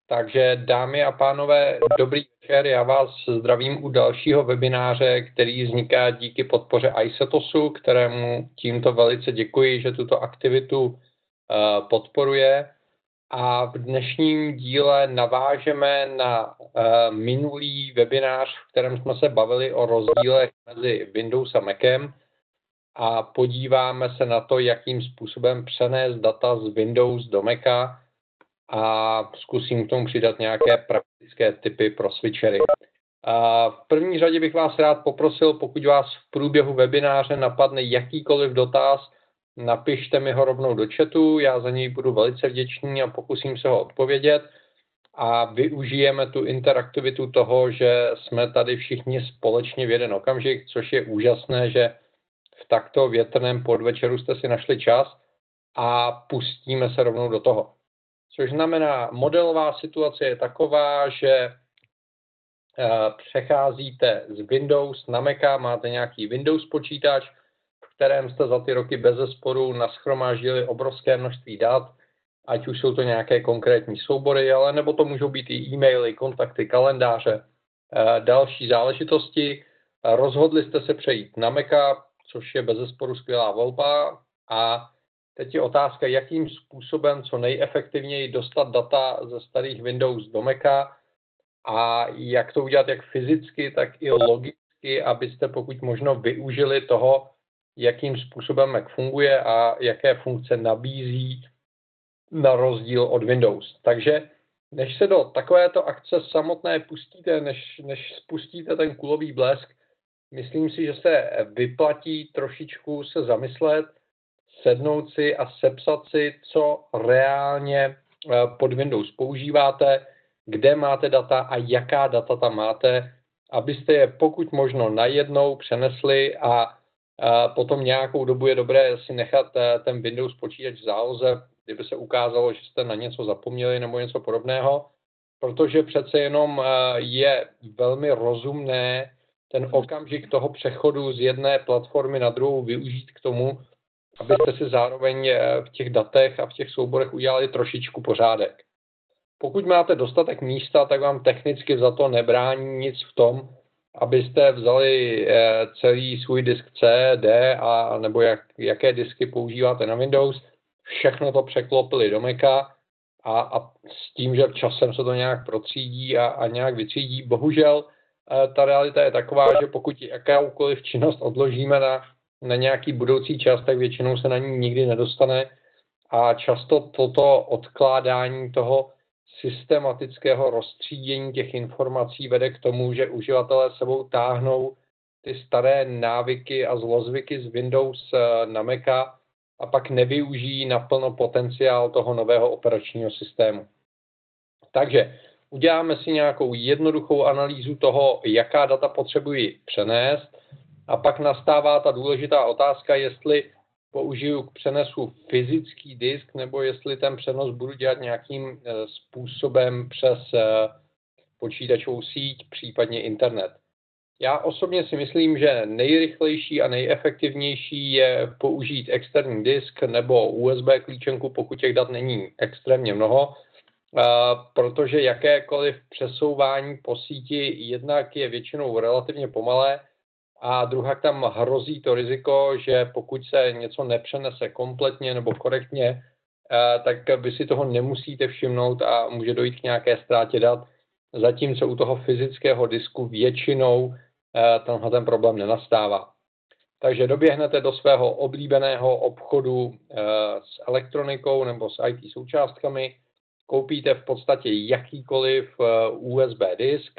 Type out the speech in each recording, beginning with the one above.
Takže dámy a pánové, dobrý večer, já vás zdravím u dalšího webináře, který vzniká díky podpoře iSetosu, kterému tímto velice děkuji, že tuto aktivitu podporuje. A v dnešním díle navážeme na minulý webinář, v kterém jsme se bavili o rozdílech mezi Windows a Macem a podíváme se na to, jakým způsobem přenést data z Windows do Maca a zkusím k tomu přidat nějaké praktické tipy pro switchery. V první řadě bych vás rád poprosil, pokud vás v průběhu webináře napadne jakýkoliv dotaz, napište mi ho rovnou do chatu, já za něj budu velice vděčný a pokusím se ho odpovědět. A využijeme tu interaktivitu toho, že jsme tady všichni společně v jeden okamžik, což je úžasné, že v takto větrném podvečeru jste si našli čas a pustíme se rovnou do toho. Což znamená, modelová situace je taková, že přecházíte z Windows na Maca, máte nějaký Windows počítač, v kterém jste za ty roky bezesporu nashromáždili obrovské množství dat, ať už jsou to nějaké konkrétní soubory, ale nebo to můžou být i e-maily, kontakty, kalendáře, další záležitosti. Rozhodli jste se přejít na Maca, což je bezesporu skvělá volba, a teď je otázka, jakým způsobem co nejefektivněji dostat data ze starých Windows do Maca a jak to udělat jak fyzicky, tak i logicky, abyste pokud možno využili toho, jakým způsobem Mac funguje a jaké funkce nabízí na rozdíl od Windows. Takže než se do takovéto akce samotné pustíte, než spustíte ten kulový blesk, myslím si, že se vyplatí trošičku se zamyslet, sednout si a sepsat si, co reálně pod Windows používáte, kde máte data a jaká data tam máte, abyste je pokud možno najednou přenesli a potom nějakou dobu je dobré si nechat ten Windows počítač v záloze, kdyby se ukázalo, že jste na něco zapomněli nebo něco podobného, protože přece jenom je velmi rozumné ten okamžik toho přechodu z jedné platformy na druhou využít k tomu, abyste si zároveň v těch datech a v těch souborech udělali trošičku pořádek. Pokud máte dostatek místa, tak vám technicky za to nebrání nic v tom, abyste vzali celý svůj disk C, D a nebo jaké disky používáte na Windows, všechno to překlopili do Maca a s tím, že časem se to nějak procídí a nějak vytřídí. Bohužel ta realita je taková, že pokud jakoukoliv činnost odložíme na nějaký budoucí čas, tak většinou se na ní nikdy nedostane a často toto odkládání toho systematického roztřídění těch informací vede k tomu, že uživatelé sebou táhnou ty staré návyky a zlozvyky z Windows na Maca a pak nevyužijí naplno potenciál toho nového operačního systému. Takže uděláme si nějakou jednoduchou analýzu toho, jaká data potřebuji přenést, a pak nastává ta důležitá otázka, jestli použiju k přenesu fyzický disk, nebo jestli ten přenos budu dělat nějakým způsobem přes počítačovou síť, případně internet. Já osobně si myslím, že nejrychlejší a nejefektivnější je použít externí disk nebo USB klíčenku, pokud těch dat není extrémně mnoho, protože jakékoliv přesouvání po síti jednak je většinou relativně pomalé, a druhá tam hrozí to riziko, že pokud se něco nepřenese kompletně nebo korektně, tak vy si toho nemusíte všimnout a může dojít k nějaké ztrátě dat, zatímco u toho fyzického disku většinou tenhle ten problém nenastává. Takže doběhnete do svého oblíbeného obchodu s elektronikou nebo s IT součástkami, koupíte v podstatě jakýkoliv USB disk.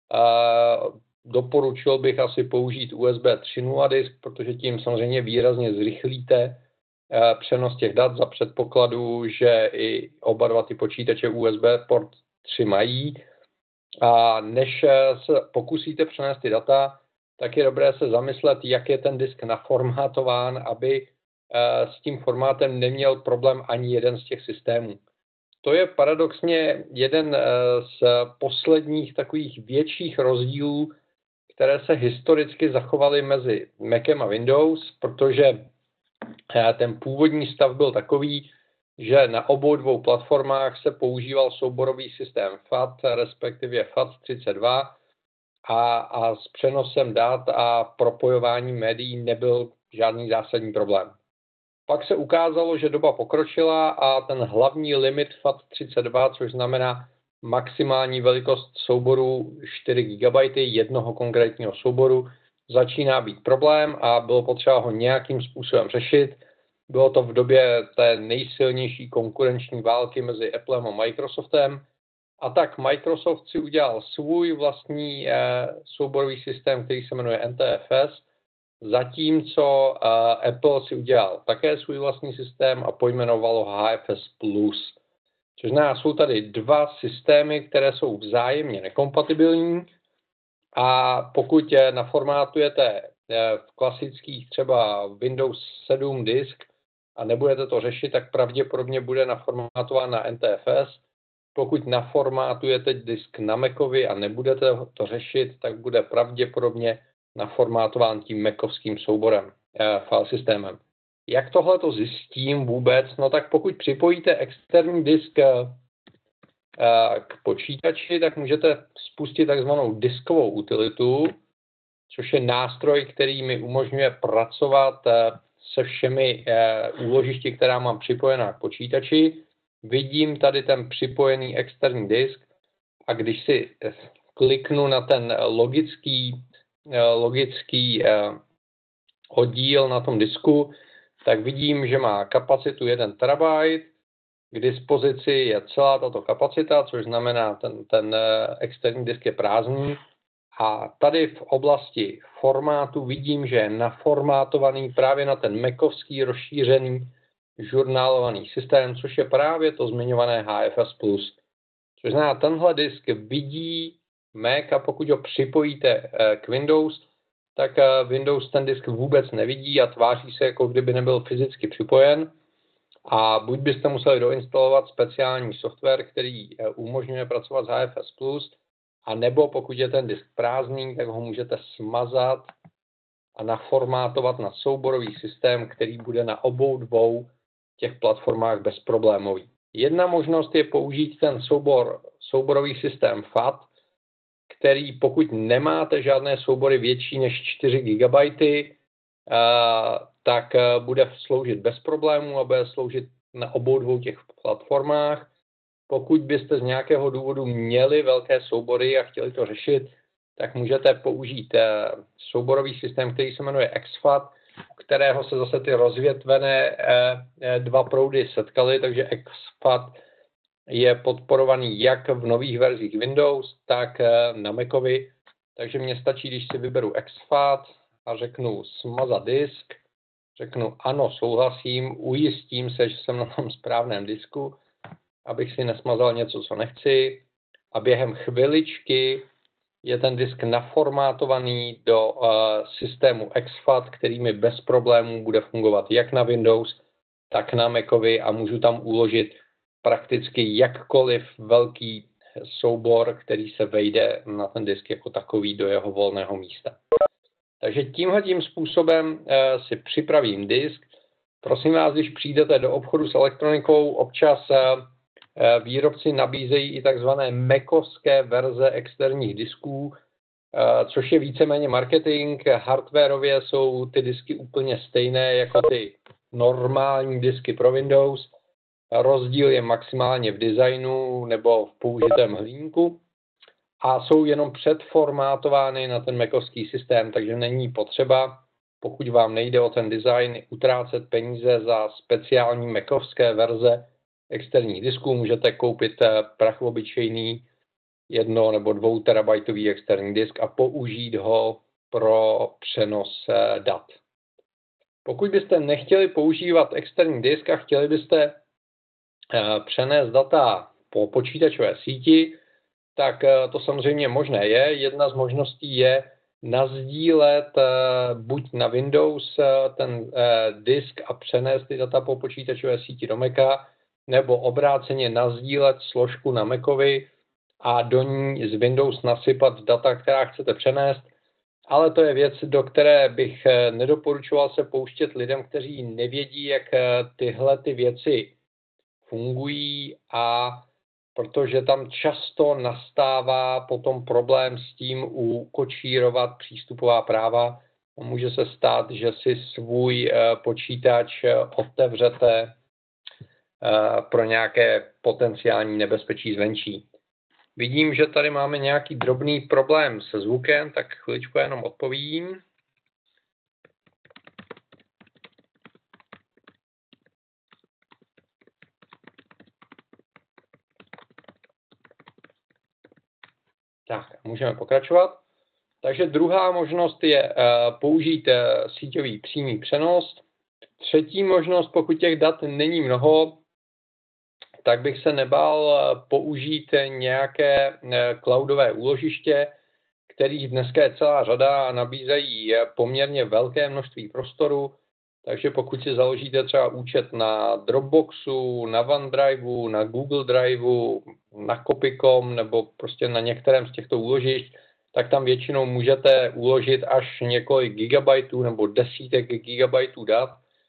Doporučil bych asi použít USB 3.0 disk, protože tím samozřejmě výrazně zrychlíte přenos těch dat za předpokladu, že i oba dva ty počítače USB port 3 mají. A než se pokusíte přenést ty data, tak je dobré se zamyslet, jak je ten disk naformátován, aby s tím formátem neměl problém ani jeden z těch systémů. To je paradoxně jeden z posledních takových větších rozdílů, které se historicky zachovaly mezi Macem a Windows, protože ten původní stav byl takový, že na obou dvou platformách se používal souborový systém FAT, respektive FAT32 a s přenosem dat a propojováním médií nebyl žádný zásadní problém. Pak se ukázalo, že doba pokročila a ten hlavní limit FAT32, což znamená maximální velikost souboru 4 GB jednoho konkrétního souboru, začíná být problém a bylo potřeba ho nějakým způsobem řešit. Bylo to v době té nejsilnější konkurenční války mezi Applem a Microsoftem. A tak Microsoft si udělal svůj vlastní souborový systém, který se jmenuje NTFS, zatímco Apple si udělal také svůj vlastní systém a pojmenoval ho HFS+. Což znamená, jsou tady dva systémy, které jsou vzájemně nekompatibilní a pokud naformátujete v klasických třeba Windows 7 disk a nebudete to řešit, tak pravděpodobně bude naformátován na NTFS. Pokud naformátujete disk na Macovi a nebudete to řešit, tak bude pravděpodobně naformátován tím Macovským souborem, file systémem. Jak tohle to zjistím vůbec? No tak pokud připojíte externí disk k počítači, tak můžete spustit takzvanou diskovou utilitu, což je nástroj, který mi umožňuje pracovat se všemi úložišti, která mám připojená k počítači. Vidím tady ten připojený externí disk a když si kliknu na ten logický oddíl na tom disku, tak vidím, že má kapacitu 1 TB, k dispozici je celá tato kapacita, což znamená, ten externí disk je prázdný. A tady v oblasti formátu vidím, že je naformátovaný právě na ten Macovský rozšířený žurnálovaný systém, což je právě to zmiňované HFS+. Což znamená, tenhle disk vidí Mac a pokud ho připojíte k Windows, tak Windows ten disk vůbec nevidí a tváří se, jako kdyby nebyl fyzicky připojen. A buď byste museli doinstalovat speciální software, který umožňuje pracovat s HFS+, a nebo pokud je ten disk prázdný, tak ho můžete smazat a naformátovat na souborový systém, který bude na obou dvou těch platformách bezproblémový. Jedna možnost je použít ten souborový systém FAT, který pokud nemáte žádné soubory větší než 4 GB, tak bude sloužit bez problémů a bude sloužit na obou dvou těch platformách. Pokud byste z nějakého důvodu měli velké soubory a chtěli to řešit, tak můžete použít souborový systém, který se jmenuje exFAT, u kterého se zase ty rozvětvené dva proudy setkaly, takže exFAT je podporovaný jak v nových verzích Windows, tak na Macovi. Takže mně stačí, když si vyberu exFAT a řeknu smazat disk, řeknu ano, souhlasím, ujistím se, že jsem na tom správném disku, abych si nesmazal něco, co nechci, a během chviličky je ten disk naformátovaný do systému exFAT, který mi bez problémů bude fungovat jak na Windows, tak na Macovi a můžu tam uložit prakticky jakkoliv velký soubor, který se vejde na ten disk jako takový do jeho volného místa. Takže tímhletím způsobem si připravím disk. Prosím vás, když přijdete do obchodu s elektronikou, občas výrobci nabízejí i takzvané Macovské verze externích disků, což je víceméně marketing. Hardwarově jsou ty disky úplně stejné jako ty normální disky pro Windows. Rozdíl je maximálně v designu nebo v použitém hliníku a jsou jenom předformátovány na ten Macovský systém, takže není potřeba, pokud vám nejde o ten design, utrácet peníze za speciální Macovské verze externích disků. Můžete koupit prachobyčejný 1 nebo 2 terabajtový externí disk a použít ho pro přenos dat. Pokud byste nechtěli používat externí disk a chtěli byste přenést data po počítačové síti, tak to samozřejmě možné je. Jedna z možností je nasdílet buď na Windows ten disk a přenést ty data po počítačové síti do Maca, nebo obráceně nasdílet složku na Macovi a do ní z Windows nasypat data, která chcete přenést. Ale to je věc, do které bych nedoporučoval se pouštět lidem, kteří nevědí, jak tyhle ty věci fungují a protože tam často nastává potom problém s tím ukočírovat přístupová práva. Může se stát, že si svůj počítač otevřete pro nějaké potenciální nebezpečí zvenčí. Vidím, že tady máme nějaký drobný problém se zvukem, tak chviličku jenom odpovím. Tak, můžeme pokračovat. Takže druhá možnost je použít síťový přímý přenos. Třetí možnost, pokud těch dat není mnoho, tak bych se nebál použít nějaké cloudové úložiště, kterých dneska je celá řada a nabízejí poměrně velké množství prostoru. Takže pokud si založíte třeba účet na Dropboxu, na OneDriveu, na Google Driveu, na Copy.com nebo prostě na některém z těchto úložišť, tak tam většinou můžete uložit až několik gigabajtů nebo desítek gigabajtů dat.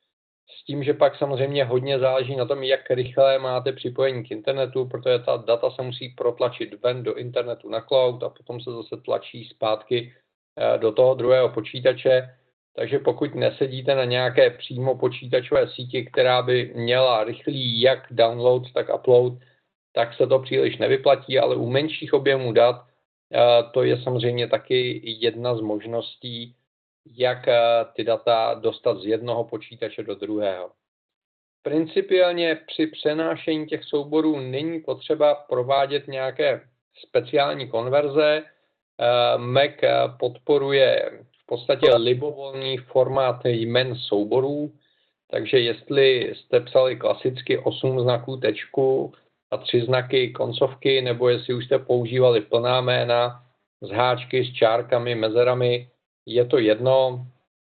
S tím, že pak samozřejmě hodně záleží na tom, jak rychle máte připojení k internetu, protože ta data se musí protlačit ven do internetu na cloud a potom se zase tlačí zpátky do toho druhého počítače. Takže pokud nesedíte na nějaké přímo počítačové síti, která by měla rychlý jak download, tak upload, tak se to příliš nevyplatí, ale u menších objemů dat to je samozřejmě taky jedna z možností, jak ty data dostat z jednoho počítače do druhého. Principiálně při přenášení těch souborů není potřeba provádět nějaké speciální konverze. Mac podporuje v podstatě libovolný formát jmen souborů, takže jestli jste psali klasicky 8 znaků tečku a 3 znaky koncovky, nebo jestli už jste používali plná jména s háčky, s čárkami, mezerami, je to jedno.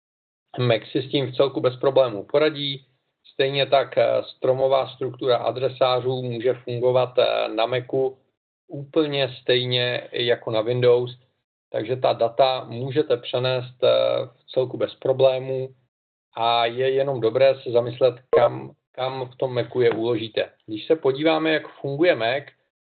Mac si s tím v celku bez problémů poradí. Stejně tak stromová struktura adresářů může fungovat na Macu úplně stejně jako na Windows, takže ta data můžete přenést v celku bez problémů a je jenom dobré se zamyslet, kam v tom Macu je uložíte. Když se podíváme, jak funguje Mac,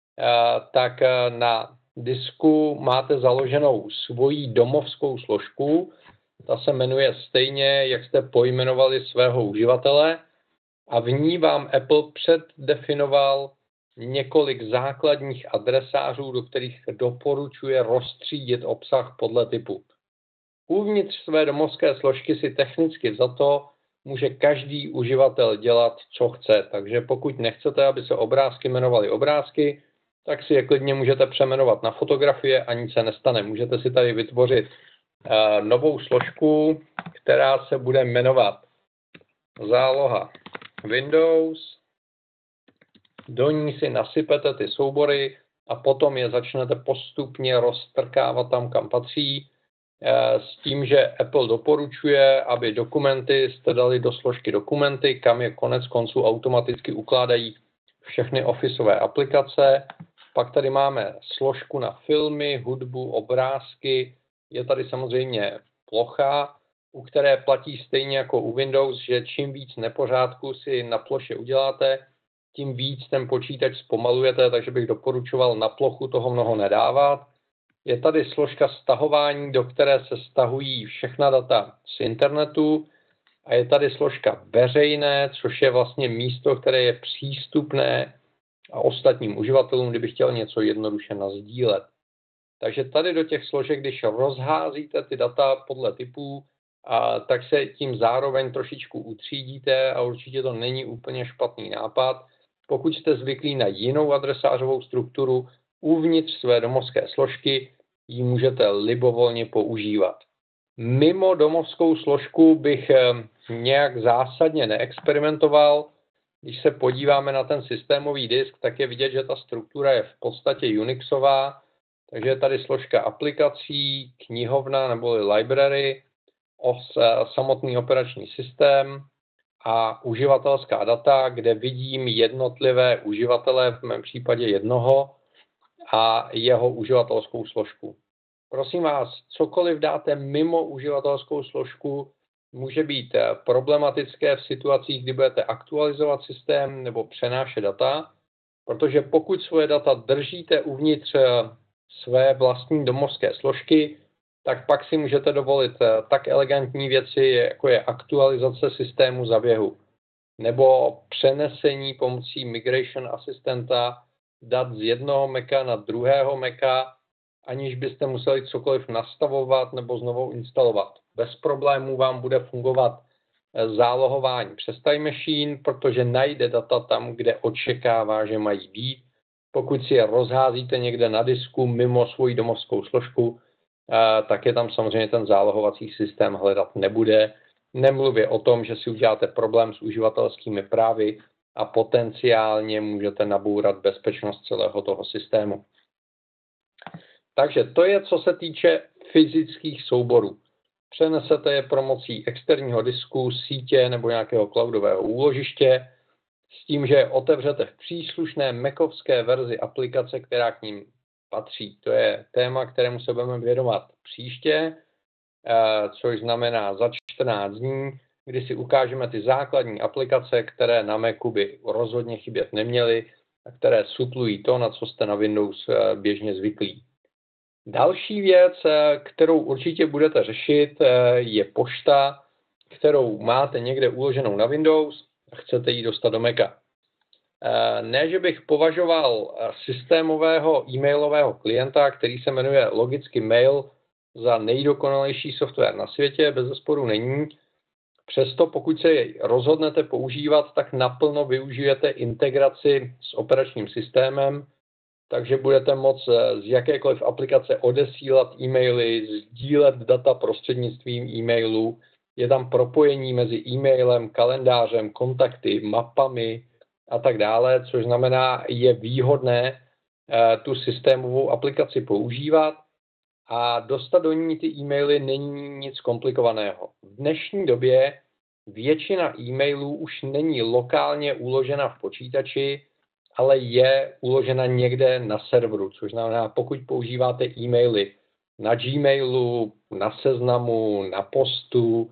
tak na disku máte založenou svoji domovskou složku. Ta se jmenuje stejně, jak jste pojmenovali svého uživatele a v ní vám Apple předdefinoval několik základních adresářů, do kterých doporučuje rozstřídit obsah podle typu. Uvnitř své domovské složky si technicky vzato může každý uživatel dělat, co chce. Takže pokud nechcete, aby se obrázky jmenovaly obrázky, tak si je klidně můžete přeměnovat na fotografie a nic se nestane. Můžete si tady vytvořit novou složku, která se bude jmenovat záloha Windows. Do ní si nasypete ty soubory a potom je začnete postupně roztrkávat tam, kam patří. S tím, že Apple doporučuje, aby dokumenty jste dali do složky dokumenty, kam je konec konců automaticky ukládají všechny officeové aplikace. Pak tady máme složku na filmy, hudbu, obrázky. Je tady samozřejmě plocha, u které platí stejně jako u Windows, že čím víc nepořádku si na ploše uděláte, tím víc ten počítač zpomalujete, takže bych doporučoval na plochu toho mnoho nedávat. Je tady složka stahování, do které se stahují všechna data z internetu a je tady složka veřejné, což je vlastně místo, které je přístupné a ostatním uživatelům, kdyby chtěl něco jednoduše nasdílet. Takže tady do těch složek, když rozházíte ty data podle typů, tak se tím zároveň trošičku utřídíte a určitě to není úplně špatný nápad. Pokud jste zvyklí na jinou adresářovou strukturu, uvnitř své domovské složky ji můžete libovolně používat. Mimo domovskou složku bych nějak zásadně neexperimentoval. Když se podíváme na ten systémový disk, tak je vidět, že ta struktura je v podstatě Unixová, takže je tady složka aplikací, knihovna neboli library, samotný operační systém a uživatelská data, kde vidím jednotlivé uživatele, v mém případě jednoho, a jeho uživatelskou složku. Prosím vás, cokoliv dáte mimo uživatelskou složku, může být problematické v situacích, kdy budete aktualizovat systém nebo přenášet data, protože pokud svoje data držíte uvnitř své vlastní domovské složky, tak pak si můžete dovolit tak elegantní věci, jako je aktualizace systému za běhu, nebo přenesení pomocí Migration Asistenta dat z jednoho Maca na druhého Maca, aniž byste museli cokoliv nastavovat nebo znovu instalovat. Bez problémů vám bude fungovat zálohování přes Time Machine, protože najde data tam, kde očekává, že mají být. Pokud si je rozházíte někde na disku mimo svoji domovskou složku, tak je tam samozřejmě ten zálohovací systém hledat nebude. Nemluvě o tom, že si uděláte problém s uživatelskými právy a potenciálně můžete nabourat bezpečnost celého toho systému. Takže to je, co se týče fyzických souborů. Přenesete je pomocí externího disku, sítě nebo nějakého cloudového úložiště s tím, že otevřete v příslušné macovské verzi aplikace, která k ním patří. To je téma, kterému se budeme věnovat příště, což znamená za 14 dní, kdy si ukážeme ty základní aplikace, které na Macu by rozhodně chybět neměly a které suplují to, na co jste na Windows běžně zvyklí. Další věc, kterou určitě budete řešit, je pošta, kterou máte někde uloženou na Windows a chcete ji dostat do Maca. Ne, že bych považoval systémového e-mailového klienta, který se jmenuje logicky Mail, za nejdokonalejší software na světě, bezesporu není. Přesto pokud se jej rozhodnete používat, tak naplno využijete integraci s operačním systémem, takže budete moct z jakékoliv aplikace odesílat e-maily, sdílet data prostřednictvím e-mailů. Je tam propojení mezi e-mailem, kalendářem, kontakty, mapami a tak dále, což znamená, je výhodné tu systémovou aplikaci používat a dostat do ní ty e-maily není nic komplikovaného. V dnešní době většina e-mailů už není lokálně uložena v počítači, ale je uložena někde na serveru, což znamená, pokud používáte e-maily na Gmailu, na Seznamu, na Postu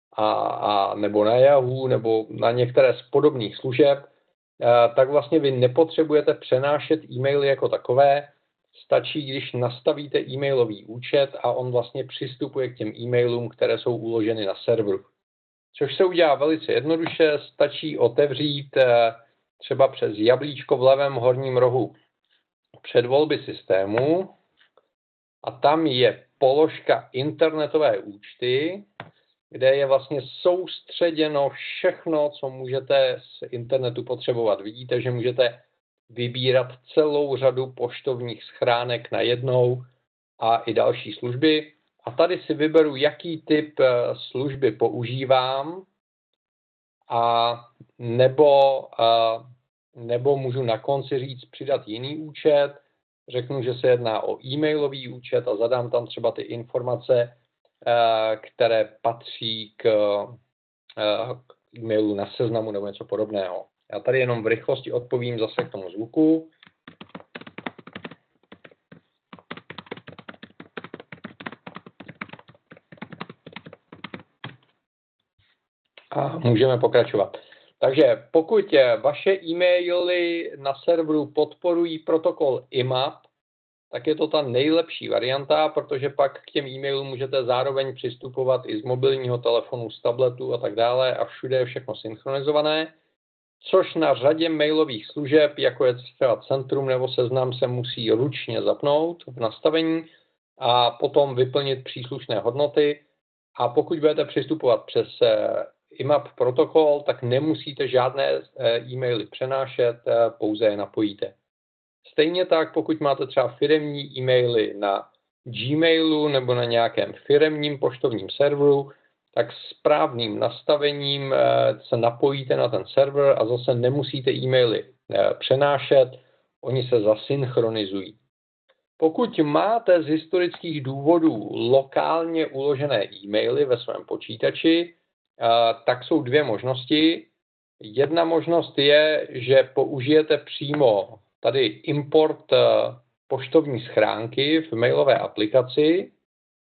nebo na Yahoo, nebo na některé z podobných služeb, tak vlastně vy nepotřebujete přenášet e-maily jako takové, stačí, když nastavíte e-mailový účet a on vlastně přistupuje k těm e-mailům, které jsou uloženy na serveru. Což se udělá velice jednoduše, stačí otevřít třeba přes jablíčko v levém horním rohu předvolby systému a tam je položka internetové účty, kde je vlastně soustředěno všechno, co můžete z internetu potřebovat. Vidíte, že můžete vybírat celou řadu poštovních schránek najednou a i další služby. A tady si vyberu, jaký typ služby používám, nebo můžu na konci říct přidat jiný účet, řeknu, že se jedná o e-mailový účet a zadám tam třeba ty informace, které patří k e-mailu na Seznamu nebo něco podobného. Já tady jenom v rychlosti odpovím zase k tomu zvuku. A můžeme pokračovat. Takže pokud vaše e-maily na serveru podporují protokol IMAP, tak je to ta nejlepší varianta, protože pak k těm e-mailům můžete zároveň přistupovat i z mobilního telefonu, z tabletu a tak dále a všude je všechno synchronizované, což na řadě mailových služeb, jako je třeba Centrum nebo Seznam, se musí ručně zapnout v nastavení a potom vyplnit příslušné hodnoty. A pokud budete přistupovat přes IMAP protokol, tak nemusíte žádné e-maily přenášet, pouze je napojíte. Stejně tak, pokud máte třeba firemní e-maily na Gmailu nebo na nějakém firemním poštovním serveru, tak správným nastavením se napojíte na ten server a zase nemusíte e-maily přenášet, oni se zasynchronizují. Pokud máte z historických důvodů lokálně uložené e-maily ve svém počítači, tak jsou dvě možnosti. Jedna možnost je, že použijete přímo tady import poštovní schránky v mailové aplikaci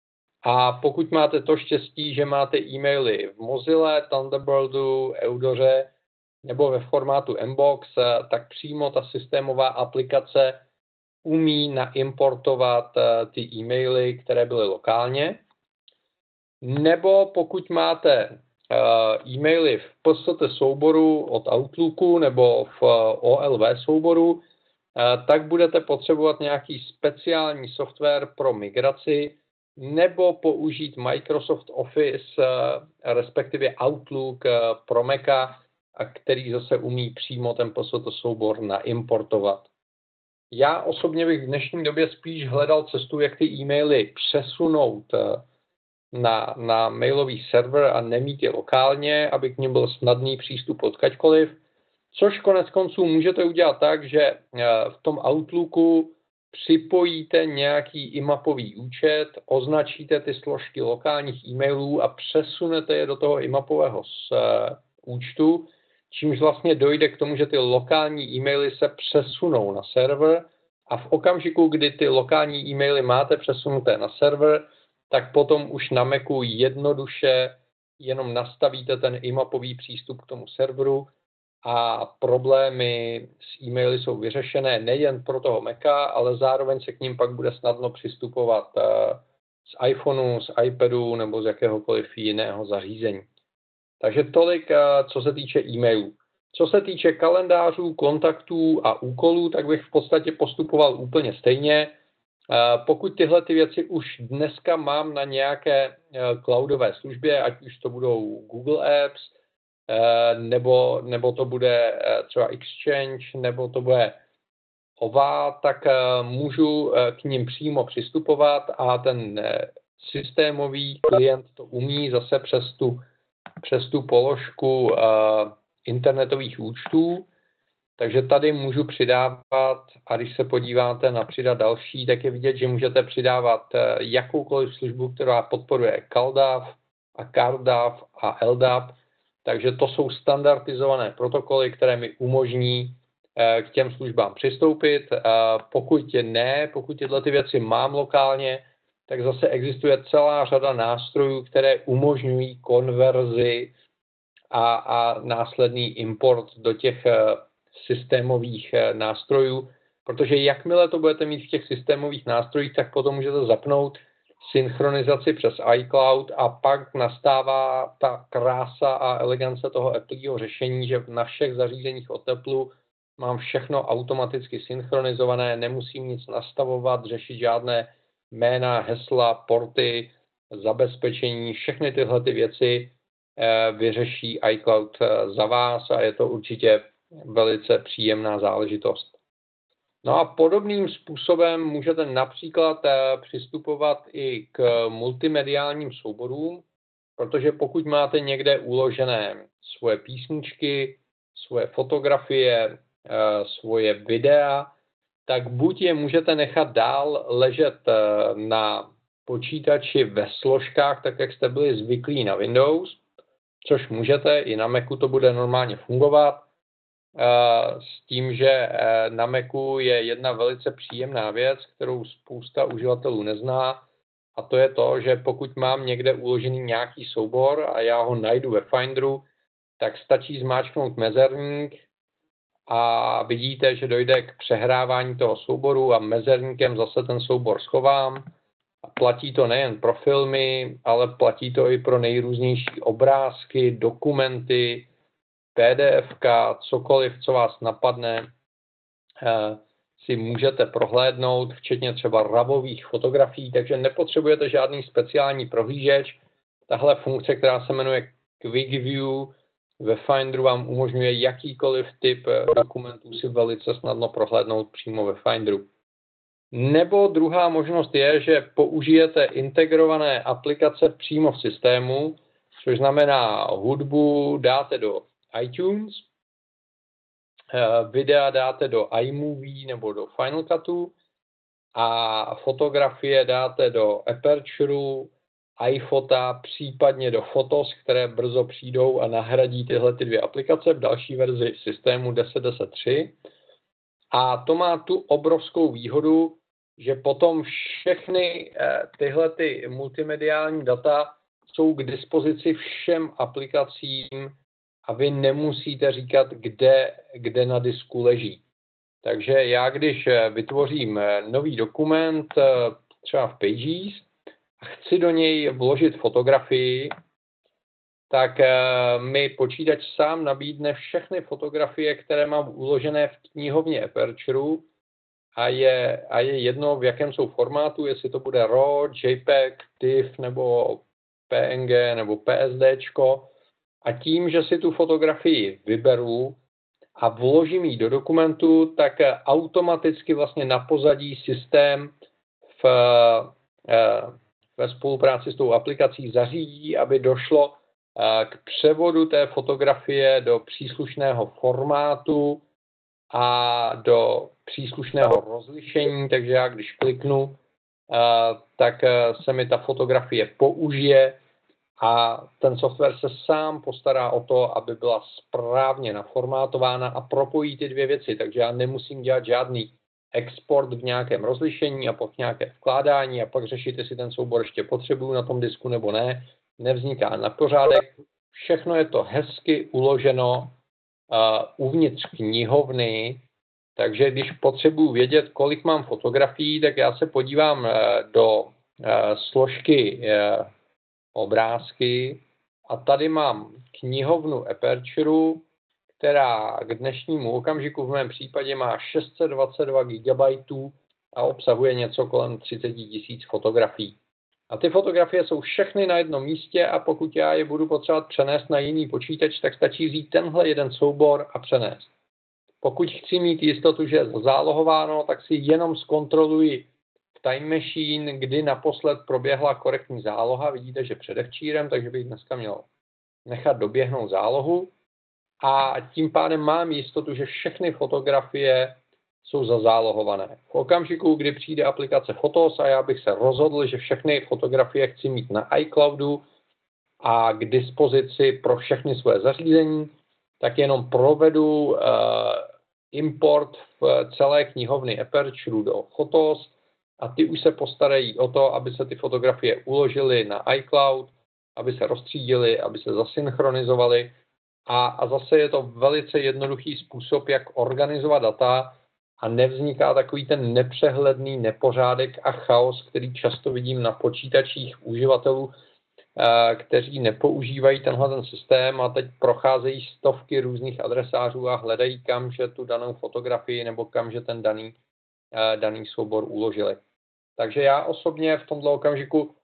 A pokud máte to štěstí, že máte e-maily v Mozilla, Thunderbirdu, Eudoře nebo ve formátu Mbox, tak přímo ta systémová aplikace umí naimportovat ty e-maily, které byly lokálně. Nebo pokud máte e-maily v PST souboru od Outlooku nebo v OLV souboru, tak budete potřebovat nějaký speciální software pro migraci nebo použít Microsoft Office, respektive Outlook pro Maca, který zase umí přímo ten PST soubor naimportovat. Já osobně bych v dnešní době spíš hledal cestu, jak ty e-maily přesunout na mailový server a nemít je lokálně, aby k nim byl snadný přístup odkaďkoliv. Což konec konců můžete udělat tak, že v tom Outlooku připojíte nějaký imapový účet, označíte ty složky lokálních e-mailů a přesunete je do toho imapového účtu, čímž vlastně dojde k tomu, že ty lokální e-maily se přesunou na server a v okamžiku, kdy ty lokální e-maily máte přesunuté na server, tak potom už na Macu jednoduše jenom nastavíte ten imapový přístup k tomu serveru a problémy s e-maily jsou vyřešené nejen pro toho Maca, ale zároveň se k ním pak bude snadno přistupovat z iPhoneu, z iPadu nebo z jakéhokoliv jiného zařízení. Takže tolik, co se týče e-mailů. Co se týče kalendářů, kontaktů a úkolů, tak bych v podstatě postupoval úplně stejně. Pokud tyhle ty věci už dneska mám na nějaké cloudové službě, ať už to budou Google Apps, nebo to bude třeba Exchange, nebo to bude OVA, tak můžu k ním přímo přistupovat a ten systémový klient to umí zase přes tu položku internetových účtů. Takže tady můžu přidávat, a když se podíváte na přidat další, tak je vidět, že můžete přidávat jakoukoliv službu, která podporuje CalDAV a CardDAV a LDAP. Takže to jsou standardizované protokoly, které mi umožní k těm službám přistoupit. Pokud tyhle ty věci mám lokálně, tak zase existuje celá řada nástrojů, které umožňují konverzi a následný import do těch systémových nástrojů, protože jakmile to budete mít v těch systémových nástrojích, tak potom můžete zapnout synchronizaci přes iCloud a pak nastává ta krása a elegance toho Appleho řešení, že na všech zařízeních od Apple mám všechno automaticky synchronizované, nemusím nic nastavovat, řešit žádné jména, hesla, porty, zabezpečení, všechny tyhle ty věci vyřeší iCloud za vás a je to určitě velice příjemná záležitost. No a podobným způsobem můžete například přistupovat i k multimediálním souborům, protože pokud máte někde uložené svoje písničky, svoje fotografie, svoje videa, tak buď je můžete nechat dál ležet na počítači ve složkách, tak jak jste byli zvyklí na Windows, což můžete, i na Macu to bude normálně fungovat, s tím, že na Macu je jedna velice příjemná věc, kterou spousta uživatelů nezná, a to je to, že pokud mám někde uložený nějaký soubor a já ho najdu ve Finderu, tak stačí zmáčknout mezerník a vidíte, že dojde k přehrávání toho souboru a mezerníkem zase ten soubor schovám. A platí to nejen pro filmy, ale platí to i pro nejrůznější obrázky, dokumenty, PDFka, cokoliv, co vás napadne, si můžete prohlédnout, včetně třeba RAWových fotografií, takže nepotřebujete žádný speciální prohlížeč. Tahle funkce, která se jmenuje Quick View, ve Finderu vám umožňuje jakýkoliv typ dokumentů si velice snadno prohlédnout přímo ve Finderu. Nebo druhá možnost je, že použijete integrované aplikace přímo v systému, což znamená hudbu dáte do iTunes, videa dáte do iMovie nebo do Final Cutu a fotografie dáte do Apertureu, iPhota, případně do Photos, které brzo přijdou a nahradí tyhle ty dvě aplikace v další verzi systému 10.10.3. A to má tu obrovskou výhodu, že potom všechny tyhle ty multimediální data jsou k dispozici všem aplikacím a vy nemusíte říkat, kde na disku leží. Takže já, když vytvořím nový dokument, třeba v Pages, a chci do něj vložit fotografii, tak mi počítač sám nabídne všechny fotografie, které mám uložené v knihovně Aperture a je jedno, v jakém jsou formátu, jestli to bude RAW, JPEG, TIFF nebo PNG nebo PSDčko. A tím, že si tu fotografii vyberu a vložím ji do dokumentu, tak automaticky vlastně na pozadí systém ve spolupráci s tou aplikací zařídí, aby došlo k převodu té fotografie do příslušného formátu a do příslušného rozlišení, takže já když kliknu, tak se mi ta fotografie použije a ten software se sám postará o to, aby byla správně naformátována a propojí ty dvě věci, takže já nemusím dělat žádný export v nějakém rozlišení a pak nějaké vkládání a pak řešit, jestli ten soubor ještě potřebuju na tom disku nebo ne. Nevzniká na pořádek. Všechno je to hezky uloženo uvnitř knihovny, takže když potřebuji vědět, kolik mám fotografií, tak já se podívám do složky obrázky a tady mám knihovnu Aperture, která k dnešnímu okamžiku v mém případě má 622 GB a obsahuje něco kolem 30 000 fotografií. A ty fotografie jsou všechny na jednom místě a pokud já je budu potřebovat přenést na jiný počítač, tak stačí vzít tenhle jeden soubor a přenést. Pokud chci mít jistotu, že je zálohováno, tak si jenom zkontroluji v Time Machine, kdy naposled proběhla korektní záloha. Vidíte, že předevčírem, takže bych dneska měl nechat doběhnout zálohu. A tím pádem mám jistotu, že všechny fotografie jsou zazálohované. V okamžiku, kdy přijde aplikace Photos a já bych se rozhodl, že všechny fotografie chci mít na iCloudu a k dispozici pro všechny svoje zařízení, tak jenom provedu import v celé knihovny Aperture do Photos a ty už se postarají o to, aby se ty fotografie uložily na iCloud, aby se rozstřídily, aby se zasynchronizovaly a zase je to velice jednoduchý způsob, jak organizovat data a nevzniká takový ten nepřehledný nepořádek a chaos, který často vidím na počítačích uživatelů, kteří nepoužívají tenhle systém a teď procházejí stovky různých adresářů a hledají, kam že tu danou fotografii nebo kam že ten daný soubor uložili. Takže já osobně v tomto okamžiku,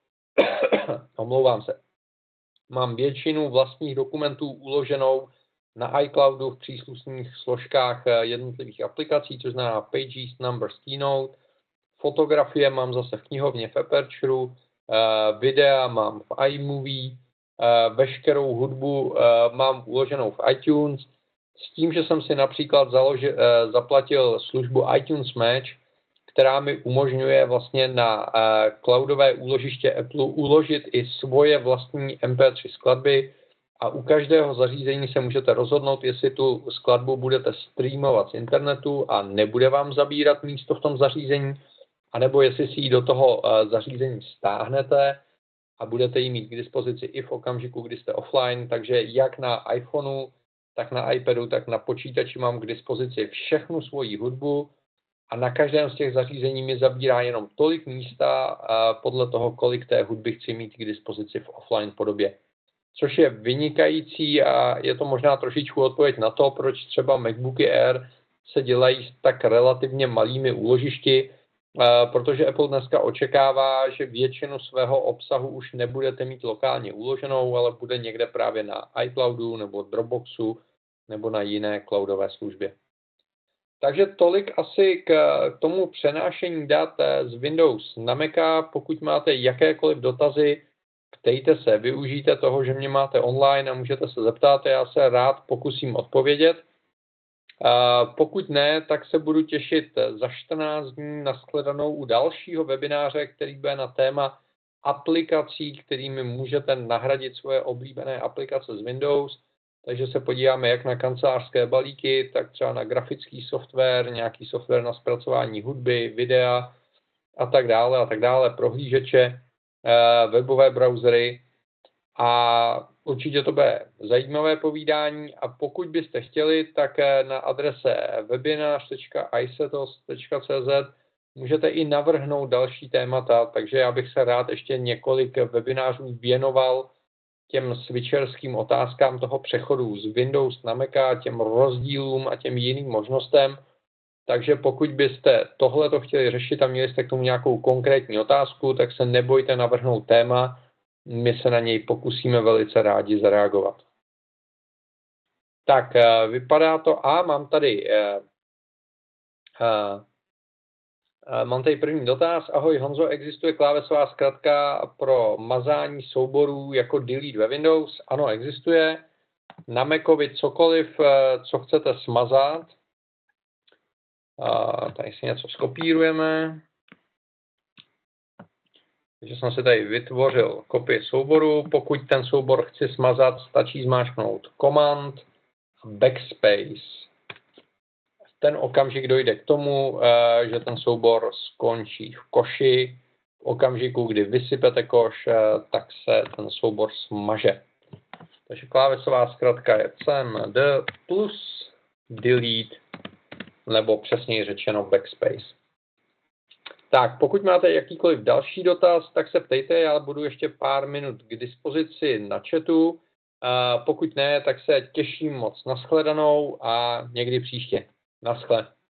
omlouvám se, mám většinu vlastních dokumentů uloženou na iCloudu v příslušných složkách jednotlivých aplikací, což znamená Pages, Numbers, Keynote. Fotografie mám zase v knihovně v Aperture, videa mám v iMovie, veškerou hudbu mám uloženou v iTunes, s tím, že jsem si například zaplatil službu iTunes Match, která mi umožňuje vlastně na cloudové úložiště Apple uložit i svoje vlastní MP3 skladby a u každého zařízení se můžete rozhodnout, jestli tu skladbu budete streamovat z internetu a nebude vám zabírat místo v tom zařízení, anebo jestli si ji do toho zařízení stáhnete a budete ji mít k dispozici i v okamžiku, kdy jste offline. Takže jak na iPhoneu, tak na iPadu, tak na počítači mám k dispozici všechnu svoji hudbu a na každém z těch zařízení mi zabírá jenom tolik místa podle toho, kolik té hudby chci mít k dispozici v offline podobě. Což je vynikající a je to možná trošičku odpověď na to, proč třeba MacBooky Air se dělají s tak relativně malými úložišti, protože Apple dneska očekává, že většinu svého obsahu už nebudete mít lokálně uloženou, ale bude někde právě na iCloudu nebo Dropboxu nebo na jiné cloudové službě. Takže tolik asi k tomu přenášení dat z Windows na Maca. Pokud máte jakékoliv dotazy, ptejte se, využijte toho, že mě máte online a můžete se zeptat, já se rád pokusím odpovědět. Pokud ne, tak se budu těšit za 14 dní na shledanou u dalšího webináře, který bude na téma aplikací, kterými můžete nahradit svoje oblíbené aplikace z Windows. Takže se podíváme jak na kancelářské balíky, tak třeba na grafický software, nějaký software na zpracování hudby, videa a tak dále, prohlížeče, webové browsery a určitě to bude zajímavé povídání a pokud byste chtěli, tak na adrese webinář.isetos.cz můžete i navrhnout další témata, takže já bych se rád ještě několik webinářů věnoval těm switcherským otázkám toho přechodu z Windows na Maca, těm rozdílům a těm jiným možnostem. Takže pokud byste tohleto chtěli řešit a měli jste k tomu nějakou konkrétní otázku, tak se nebojte navrhnout téma, my se na něj pokusíme velice rádi zareagovat. Tak, vypadá to a mám tady první dotaz. Ahoj Honzo, existuje klávesová zkratka pro mazání souborů jako delete ve Windows? Ano, existuje. Na Macovi cokoliv, co chcete smazat. Tady si něco skopírujeme. Takže jsem si tady vytvořil kopii souboru. Pokud ten soubor chci smazat, stačí zmáčknout Command Backspace. V ten okamžik dojde k tomu, že ten soubor skončí v koši. V okamžiku, kdy vysypete koš, tak se ten soubor smaže. Takže klávesová zkratka je cmd plus delete, nebo přesněji řečeno backspace. Tak, pokud máte jakýkoliv další dotaz, tak se ptejte, já budu ještě pár minut k dispozici na chatu. Pokud ne, tak se těším moc. Nashledanou a někdy příště. Naschle.